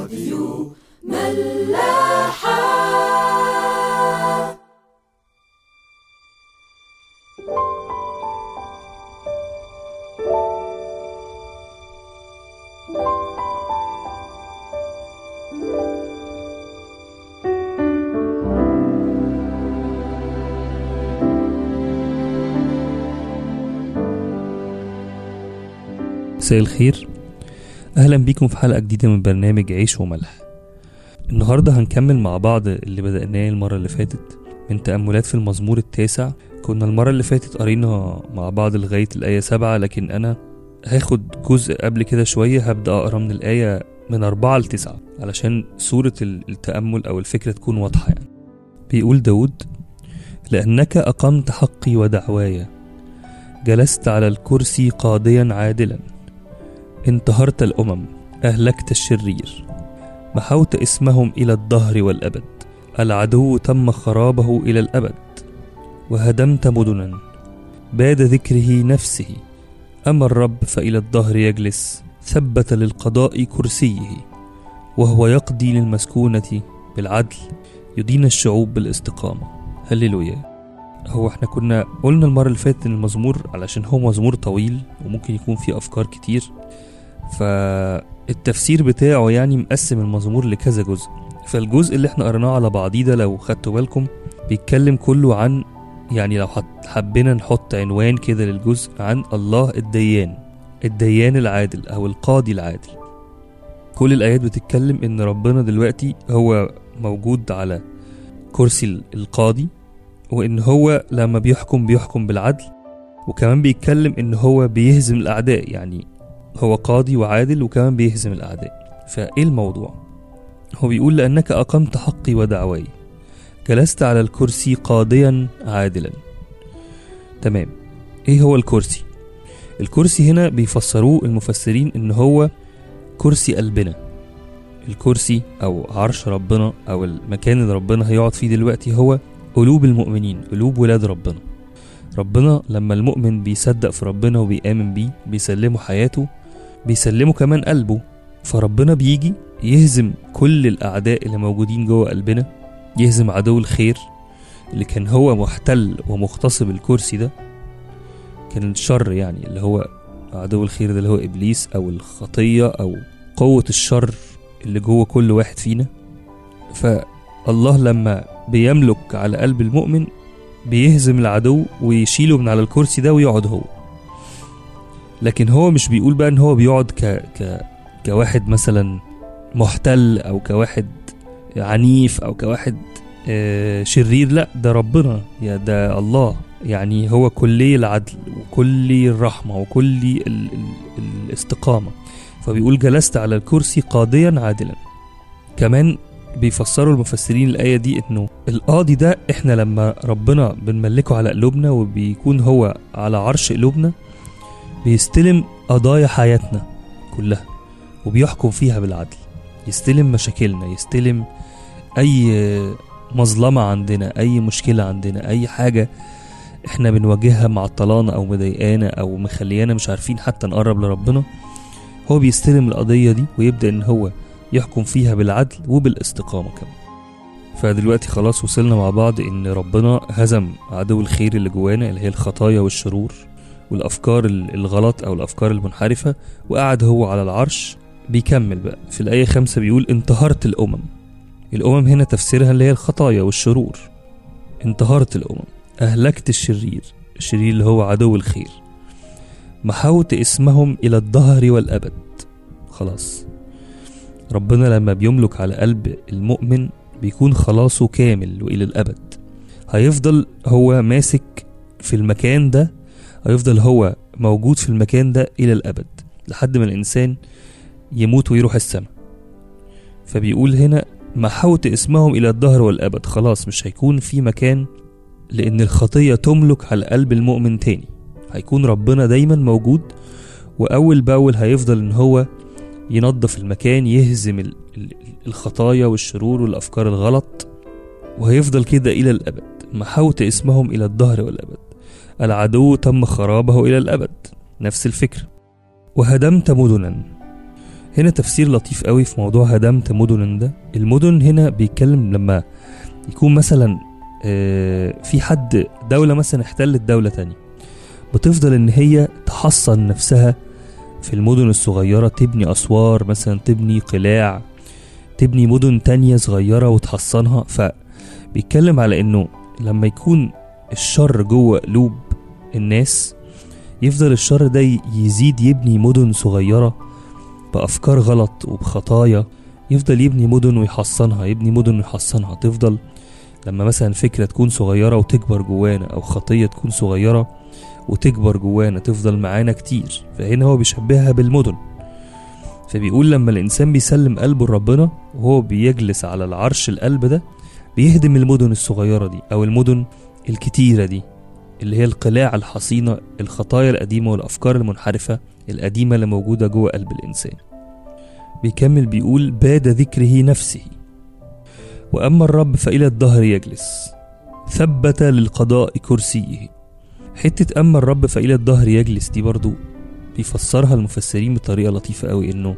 راديو ملاحة. مساء الخير، أهلا بيكم في حلقة جديدة من برنامج عيش وملح. النهاردة هنكمل مع بعض اللي بدأناه المرة اللي فاتت من تأملات في المزمور 9. كنا المرة اللي فاتت قرينا مع بعض لغاية الآية 7، لكن أنا هاخد جزء قبل كده شوية، هبدأ أقرأ من الآية من 4 ل 9 علشان صورة التأمل أو الفكرة تكون واضحة. يعني بيقول داود: لأنك أقمت حقي ودعواي، جلست على الكرسي قاضيا عادلا، انتهرت الأمم، أهلكت الشرير، محوت اسمهم إلى الدهر والأبد، العدو تم خرابه إلى الأبد، وهدمت مدنا، باد ذكره نفسه، أما الرب فإلى الدهر يجلس، ثبت للقضاء كرسيه، وهو يقضي للمسكونة بالعدل، يدين الشعوب بالاستقامة. هللويا. هو احنا كنا قلنا المرة اللي فاتت ان المزمور علشان هو مزمور طويل وممكن يكون فيه أفكار كتير، فالتفسير بتاعه يعني مقسم المزمور لكذا جزء. فالجزء اللي احنا قرناه على بعضيه ده لو خدتوا بالكم بيتكلم كله عن، يعني لو حبينا نحط عنوان كده للجزء، عن الله الديان العادل او القاضي العادل. كل الآيات بتتكلم ان ربنا دلوقتي هو موجود على كرسي القاضي، وان هو لما بيحكم بالعدل، وكمان بيتكلم ان هو بيهزم الاعداء. يعني هو قاضي وعادل وكمان بيهزم الاعداء. فايه الموضوع؟ هو بيقول: لانك اقمت حقي ودعواي، جلست على الكرسي قاضيا عادلا. تمام. ايه هو الكرسي؟ الكرسي هنا بيفسروه المفسرين ان هو كرسي قلبنا. الكرسي او عرش ربنا او المكان اللي ربنا هيقعد فيه دلوقتي هو قلوب المؤمنين، قلوب ولاد ربنا. ربنا لما المؤمن بيصدق في ربنا وبيآمن بيه، بيسلمه حياته، بيسلمه كمان قلبه، فربنا بيجي يهزم كل الأعداء اللي موجودين جوه قلبنا، يهزم عدو الخير اللي كان هو محتل ومغتصب الكرسي ده، كان الشر، يعني اللي هو عدو الخير ده اللي هو إبليس أو الخطية أو قوة الشر اللي جوه كل واحد فينا. فالله لما بيملك على قلب المؤمن بيهزم العدو ويشيله من على الكرسي ده ويقعد هو. لكن هو مش بيقول بقى ان هو بيقعد كواحد مثلا محتل او كواحد عنيف او كواحد شرير. لا، ده ربنا، يا ده الله، يعني هو كلي العدل وكلي الرحمة وكلي الاستقامة. فبيقول: جلست على الكرسي قاضيا عادلا. كمان بيفسروا المفسرين الآية دي انه القاضي ده احنا لما ربنا بنملكه على قلوبنا وبيكون هو على عرش قلوبنا، بيستلم قضايا حياتنا كلها وبيحكم فيها بالعدل، يستلم مشاكلنا، يستلم اي مظلمة عندنا، اي مشكلة عندنا، اي حاجة احنا بنواجهها معطلانا او مضايقانا او مخليانا مش عارفين حتى نقرب لربنا. هو بيستلم القضية دي ويبدأ ان هو يحكم فيها بالعدل وبالاستقامة كمان. فدلوقتي خلاص وصلنا مع بعض ان ربنا هزم عدو الخير اللي جوانا، اللي هي الخطايا والشرور والافكار الغلط او الافكار المنحرفة، وقعد هو على العرش. بيكمل بقى في الآية 5 بيقول: انتهرت الأمم. الأمم هنا تفسيرها اللي هي الخطايا والشرور. انتهرت الأمم، أهلكت الشرير اللي هو عدو الخير، محوت اسمهم إلى الدهر والأبد. خلاص ربنا لما بيملك على قلب المؤمن بيكون خلاصه كامل وإلى الأبد. هيفضل هو ماسك في المكان ده، هيفضل هو موجود في المكان ده إلى الأبد لحد ما الإنسان يموت ويروح السماء. فبيقول هنا: محوت اسمهم إلى الدهر والأبد. خلاص مش هيكون في مكان لأن الخطية تملك على قلب المؤمن تاني. هيكون ربنا دايما موجود، وأول بأول هيفضل إن هو ينظف المكان، يهزم الخطايا والشرور والأفكار الغلط، وهيفضل كده إلى الأبد. محوت اسمهم إلى الدهر والأبد، العدو تم خرابه إلى الأبد. نفس الفكرة. وهدمت مدنا. هنا تفسير لطيف قوي في موضوع هدمت مدن ده. المدن هنا بيتكلم لما يكون مثلا في حد دولة مثلا احتلت دولة تانية، بتفضل ان هي تحصن نفسها في المدن الصغيرة، تبني أسوار مثلا، تبني قلاع، تبني مدن تانية صغيرة وتحصنها. فبيتكلم على انه لما يكون الشر جوه قلوب الناس، يفضل الشر ده يزيد، يبني مدن صغيرة بأفكار غلط وبخطايا، يفضل يبني مدن ويحصنها، يبني مدن ويحصنها. تفضل لما مثلا فكرة تكون صغيرة وتكبر جوانا، أو خطية تكون صغيرة وتكبر جوانا، تفضل معانا كتير. فهنا هو بيشبهها بالمدن. فبيقول لما الإنسان بيسلم قلبه لربنا وهو بيجلس على العرش القلب ده، بيهدم المدن الصغيرة دي أو المدن الكتيرة دي، اللي هي القلاع الحصينة، الخطايا القديمة والأفكار المنحرفة القديمة اللي موجودة جوه قلب الإنسان. بيكمل بيقول باد ذكره نفسه، وأما الرب فإلى الدهر يجلس، ثبت للقضاء كرسيه. حتة أما الرب فإلى الدهر يجلس دي برضو بيفسرها المفسرين بطريقة لطيفة قوي، إنه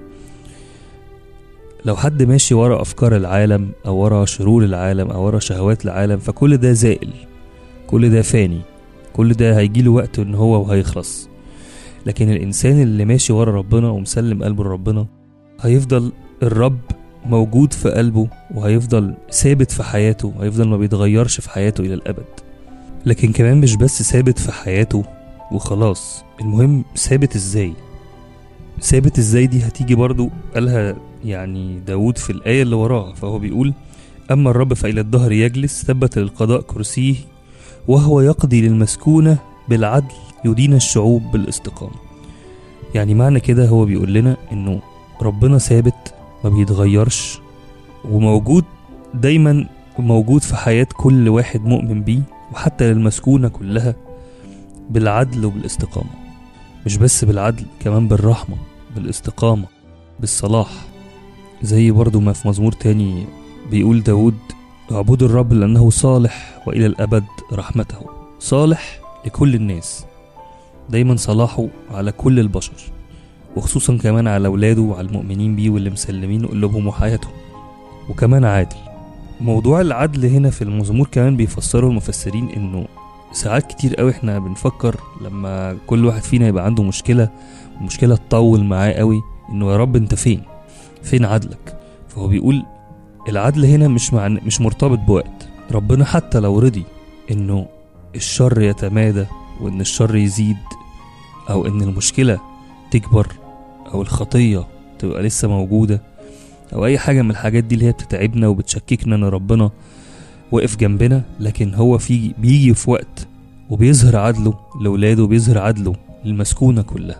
لو حد ماشي ورا أفكار العالم أو ورا شرور العالم أو ورا شهوات العالم، فكل ده زائل، كل ده فاني، كل ده هيجيله وقت إن هو وهيخلص. لكن الإنسان اللي ماشي ورا ربنا ومسلم قلبه لربنا، هيفضل الرب موجود في قلبه، وهيفضل ثابت في حياته، وهيفضل ما بيتغيرش في حياته إلى الأبد. لكن كمان مش بس ثابت في حياته وخلاص، المهم ثابت ازاي. ثابت ازاي دي هتيجي برضو قالها يعني داود في الآية اللي وراها. فهو بيقول أما الرب فإلى الدهر يجلس، ثبت للقضاء كرسيه، وهو يقضي للمسكونة بالعدل، يدين الشعوب بالاستقامة. يعني معنى كده هو بيقول لنا إنه ربنا ثابت، ما بيتغيرش، وموجود دايما، موجود في حياة كل واحد مؤمن بيه، وحتى للمسكونة كلها بالعدل وبالاستقامة. مش بس بالعدل، كمان بالرحمة، بالاستقامة، بالصلاح. زي برضو ما في مزمور تاني بيقول داود اعبدوا الرب لأنه صالح وإلى الأبد رحمته. صالح لكل الناس، دايما صلاحه على كل البشر، وخصوصا كمان على أولاده وعلى المؤمنين بيه واللي مسلمين قلوبهم وحياتهم. وكمان عادل. موضوع العدل هنا في المزمور كمان بيفسره المفسرين إنه ساعات كتير قوي احنا بنفكر لما كل واحد فينا يبقى عنده مشكلة ومشكلة تطول معاه قوي، إنه يا رب انت فين عدلك؟ فهو بيقول العدل هنا مش مرتبط بوقت. ربنا حتى لو رضي إنه الشر يتمادى، وإن الشر يزيد، أو إن المشكلة تكبر، أو الخطية تبقى لسه موجودة، أو أي حاجة من الحاجات دي اللي هي بتتعبنا وبتشككنا إن ربنا وقف جنبنا، لكن هو بيجي في وقت وبيظهر عدله لولاده، وبيظهر عدله للمسكونة كلها.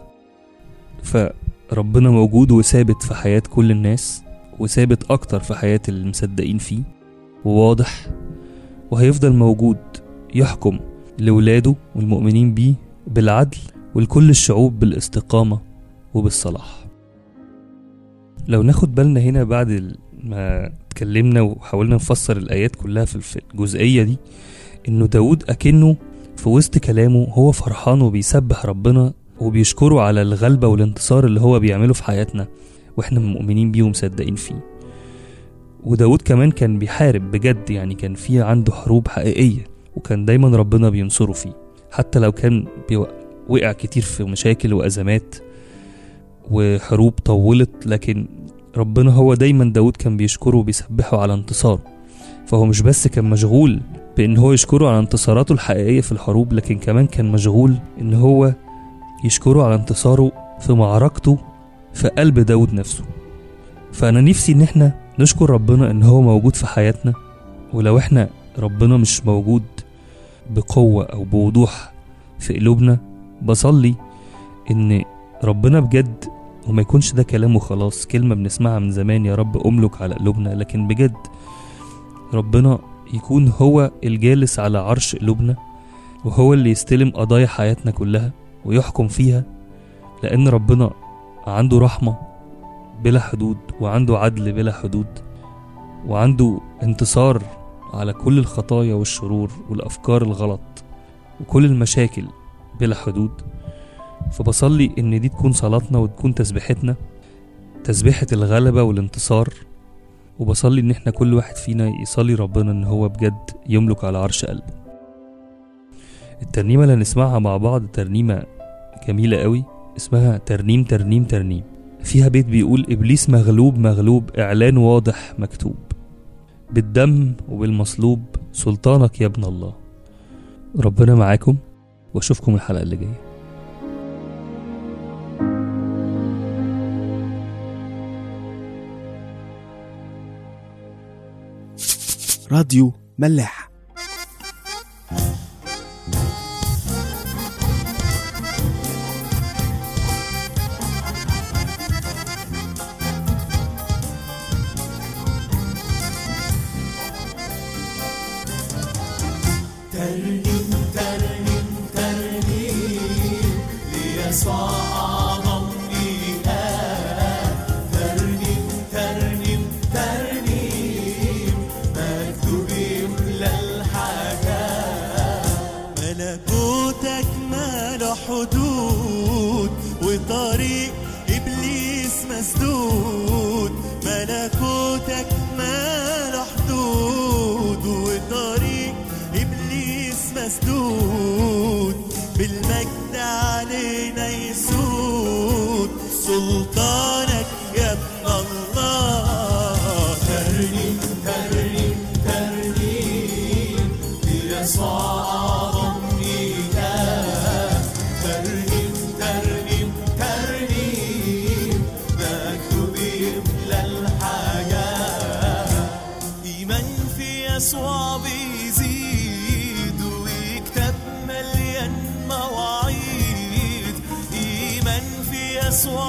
فربنا موجود وثابت في حياة كل الناس، وثابت أكتر في حياة المصدقين فيه، وواضح، وهيفضل موجود يحكم لولاده والمؤمنين بيه بالعدل، ولكل الشعوب بالاستقامة وبالصلاح. لو ناخد بالنا هنا بعد ما اتكلمنا وحاولنا نفسر الآيات كلها في الجزئية دي، إنه داود أكنه في وسط كلامه هو فرحان وبيسبح ربنا وبيشكره على الغلبة والانتصار اللي هو بيعمله في حياتنا وإحنا مؤمنين بيه ومصدقين فيه. وداود كمان كان بيحارب بجد، يعني كان فيه عنده حروب حقيقية، وكان دايما ربنا بينصره فيه، حتى لو كان وقع كتير في مشاكل وأزمات وحروب طولت، لكن ربنا هو دايما داود كان بيشكره وبيسبحه على انتصاره. فهو مش بس كان مشغول بأن هو يشكره على انتصاراته الحقيقية في الحروب، لكن كمان كان مشغول أن هو يشكره على انتصاره في معركته في قلب داود نفسه. فأنا نفسي أن احنا نشكر ربنا أن هو موجود في حياتنا، ولو احنا ربنا مش موجود بقوة أو بوضوح في قلوبنا، بصلي أن ربنا بجد، وما يكونش ده كلامه خلاص كلمة بنسمعها من زمان، يا رب أملك على قلوبنا، لكن بجد ربنا يكون هو الجالس على عرش قلوبنا، وهو اللي يستلم قضايا حياتنا كلها ويحكم فيها، لأن ربنا عنده رحمة بلا حدود، وعنده عدل بلا حدود، وعنده انتصار على كل الخطايا والشرور والأفكار الغلط وكل المشاكل بلا حدود. فبصلي ان دي تكون صلاتنا وتكون تسبيحتنا، تسبيحة الغلبة والانتصار. وبصلي ان احنا كل واحد فينا يصلي ربنا ان هو بجد يملك على عرش قلبه. الترنيمة اللي هنسمعها مع بعض ترنيمة جميلة قوي اسمها ترنيم ترنيم ترنيم. فيها بيت بيقول: إبليس مغلوب مغلوب، إعلان واضح مكتوب، بالدم وبالمصلوب سلطانك يا ابن الله. ربنا معاكم، واشوفكم الحلقة اللي جاية. راديو ملاح. ترنيم ترنيم ترنيم ليسوع أعظم إله. ترنيم ترنيم ترنيم مكتوب يملى الحاجات. ملكوتك ما له حدود وطريق إبليس مسدود. ملكوتك ما له حدود وطريق إبليس مسدود. بالمجد علينا يسود سلطانك يا ابن الله. ترنيم ترنيم ترنيم ليسوع أعظم إله. ترنيم ترنيم ترنيم مكتوب يملى الحاجات. إيمان في يسوع بيزيد ويكتب مليان مواعيد. إيمان في يسوع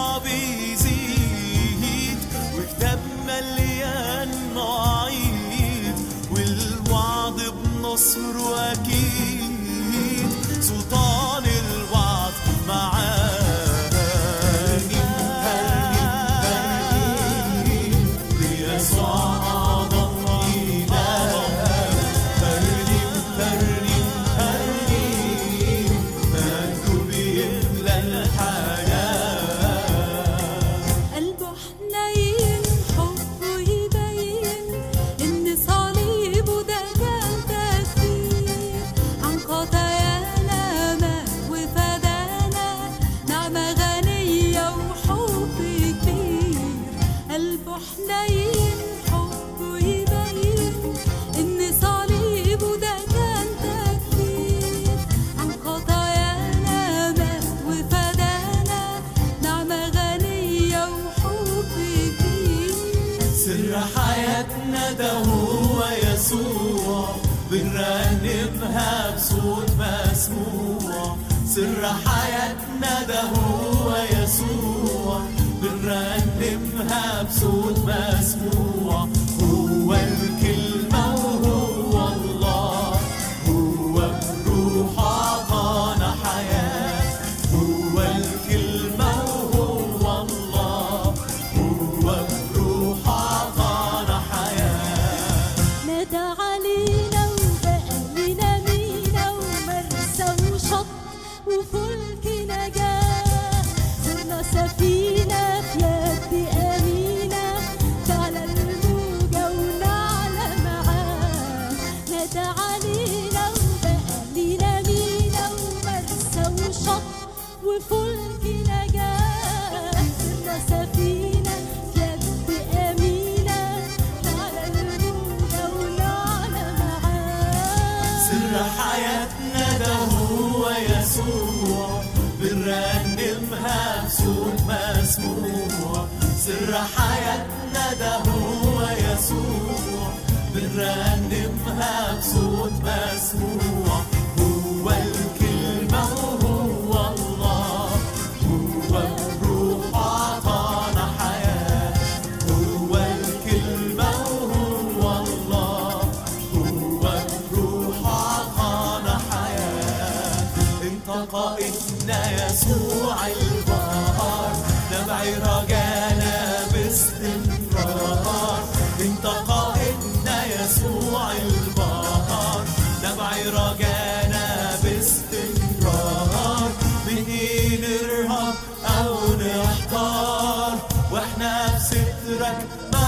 بيزيد ويكتب مليان مواعيد. والوعد بنصر أكيد، سلطان الوعد معاه. سر حياتنا ده هو يسوع، بنرنمها بصوت مسموع. سر حياتنا ده هو يسوع، بنرنمها بصوت مسموع. هو الكلمة وهو الله، هو بروح عطانا حياة. هو الكلمة وهو الله، هو بروح عطانا حياة. نادى علينا وبقى لنا مينا ومرسى وشط وفلك نجاة. صرنا سفينة في يد أمينة تعلى الموجة ونعلى معاه. نادى علينا وبقى لنا مينا ومرسى وشط وفلك نجاة. صرنا سفينة في يد أمينة تعلى الموجة ونعلى معاه. سر حياتنا ده هو يسوع، بنرنمها بصوت مسموع. سر حياتنا ده هو يسوع، بنرنمها بصوت مسموع. هو الكلمة وهو الله، هو الروح عطانا حياة. هو الكلمة وهو الله، هو الروح عطانا حياة. انت قائدنا يسوع البار، نبع رجانا باستمرار. انت قائدنا يسوع البار، نبع رجانا باستمرار. من ايه نرهب او نحتار واحنا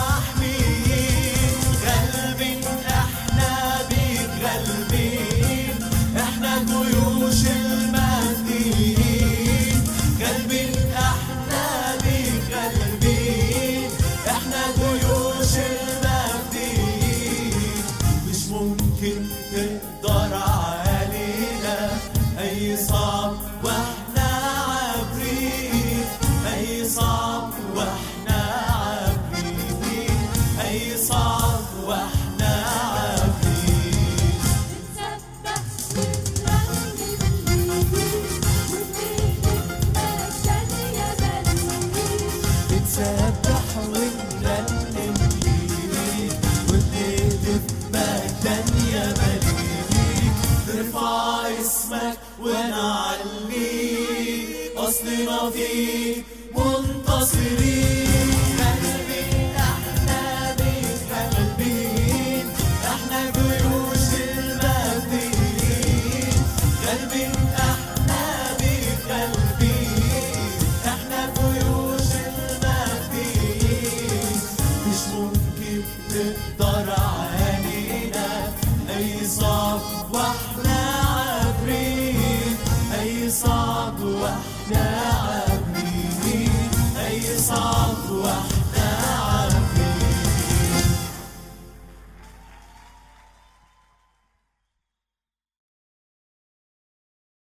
محميين غالبين احنا بيك غالبين احنا جيوش المجديين غالبين احنا بيك غالبين احنا جيوش المجديين مش ممكن تقدر علينا اي صعب واحنا عابرين اي صعب واحنا عابرين اي صعب واحنا عابرين نتسبح ونرنم ليك ونهتف مجداً يا مليك نرفع اسمك ونعليك أصلنا فيك منتصرين غالبين احنا بيك غالبين احنا جيوش المجديين غالبين احنا بيك غالبين احنا جيوش المجديين مش ممكن تقدر علينا اي صعب واحنا عابرين اي صعب واحنا عابرين اي صعب واحنا